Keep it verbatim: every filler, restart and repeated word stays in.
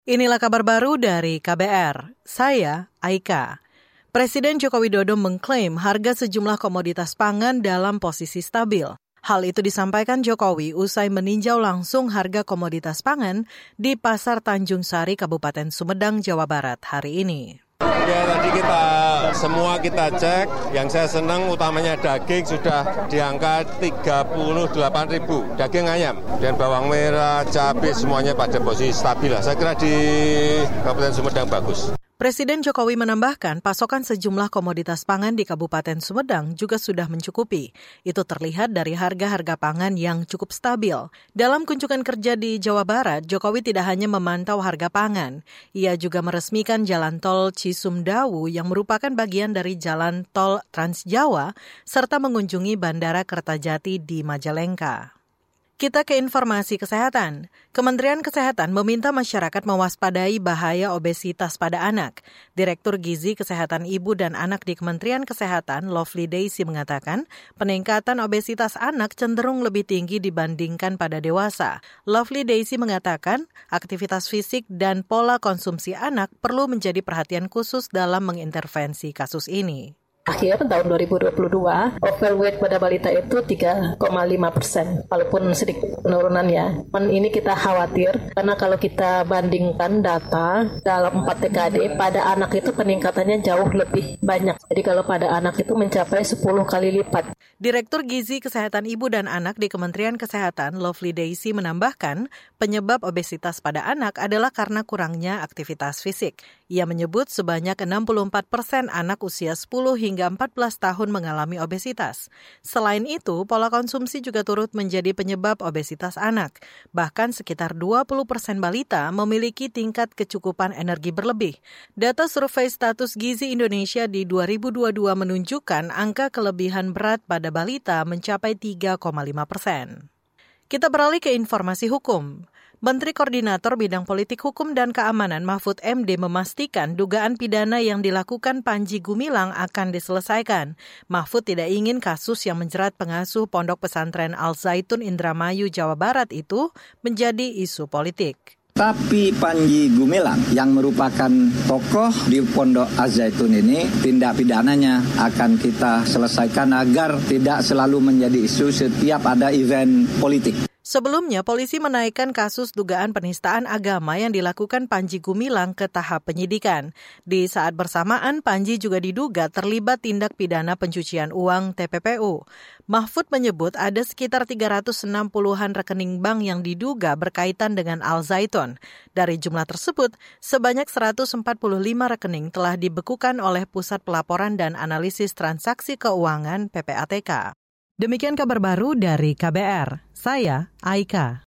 Inilah kabar baru dari K B R. Saya Aika. Presiden Joko Widodo mengklaim harga sejumlah komoditas pangan dalam posisi stabil. Hal itu disampaikan Jokowi usai meninjau langsung harga komoditas pangan di Pasar Tanjung Sari, Kabupaten Sumedang, Jawa Barat hari ini. Ya, tadi kita semua kita cek, yang saya senang utamanya daging sudah di angka tiga puluh delapan ribu, daging ayam, dan bawang merah, cabai semuanya pada posisi stabil. Saya kira di Kabupaten Sumedang bagus. Presiden Jokowi menambahkan pasokan sejumlah komoditas pangan di Kabupaten Sumedang juga sudah mencukupi. Itu terlihat dari harga-harga pangan yang cukup stabil. Dalam kunjungan kerja di Jawa Barat, Jokowi tidak hanya memantau harga pangan. Ia juga meresmikan jalan tol Cisumdawu yang merupakan bagian dari jalan tol Trans Jawa, serta mengunjungi Bandara Kertajati di Majalengka. Kita ke informasi kesehatan. Kementerian Kesehatan meminta masyarakat mewaspadai bahaya obesitas pada anak. Direktur Gizi Kesehatan Ibu dan Anak di Kementerian Kesehatan, Lovely Daisy, mengatakan peningkatan obesitas anak cenderung lebih tinggi dibandingkan pada dewasa. Lovely Daisy mengatakan aktivitas fisik dan pola konsumsi anak perlu menjadi perhatian khusus dalam mengintervensi kasus ini. Akhir tahun dua ribu dua puluh dua, overweight pada balita itu tiga koma lima persen, walaupun sedikit penurunan ya. Ini kita khawatir, karena kalau kita bandingkan data dalam empat dekade, pada anak itu peningkatannya jauh lebih banyak. Jadi kalau pada anak itu mencapai sepuluh kali lipat. Direktur Gizi Kesehatan Ibu dan Anak di Kementerian Kesehatan, Lovely Daisy, menambahkan penyebab obesitas pada anak adalah karena kurangnya aktivitas fisik. Ia menyebut sebanyak enam puluh empat persen anak usia sepuluh hingga empat belas tahun mengalami obesitas. Selain itu, pola konsumsi juga turut menjadi penyebab obesitas anak. Bahkan sekitar dua puluh persen balita memiliki tingkat kecukupan energi berlebih. Data survei status gizi Indonesia di dua ribu dua puluh dua menunjukkan angka kelebihan berat pada balita mencapai tiga koma lima persen. Kita beralih ke informasi hukum. Menteri Koordinator Bidang Politik Hukum dan Keamanan Mahfud M D memastikan dugaan pidana yang dilakukan Panji Gumilang akan diselesaikan. Mahfud tidak ingin kasus yang menjerat pengasuh Pondok Pesantren Al Zaitun Indramayu, Jawa Barat itu menjadi isu politik. Tapi Panji Gumilang yang merupakan tokoh di Pondok Al-Zaitun ini, tindak pidananya akan kita selesaikan agar tidak selalu menjadi isu setiap ada event politik. Sebelumnya, polisi menaikkan kasus dugaan penistaan agama yang dilakukan Panji Gumilang ke tahap penyidikan. Di saat bersamaan, Panji juga diduga terlibat tindak pidana pencucian uang T P P U. Mahfud menyebut ada sekitar tiga ratus enam puluhan rekening bank yang diduga berkaitan dengan Al Zaitun. Dari jumlah tersebut, sebanyak seratus empat puluh lima rekening telah dibekukan oleh Pusat Pelaporan dan Analisis Transaksi Keuangan P P A T K. Demikian kabar baru dari K B R. Saya Aika.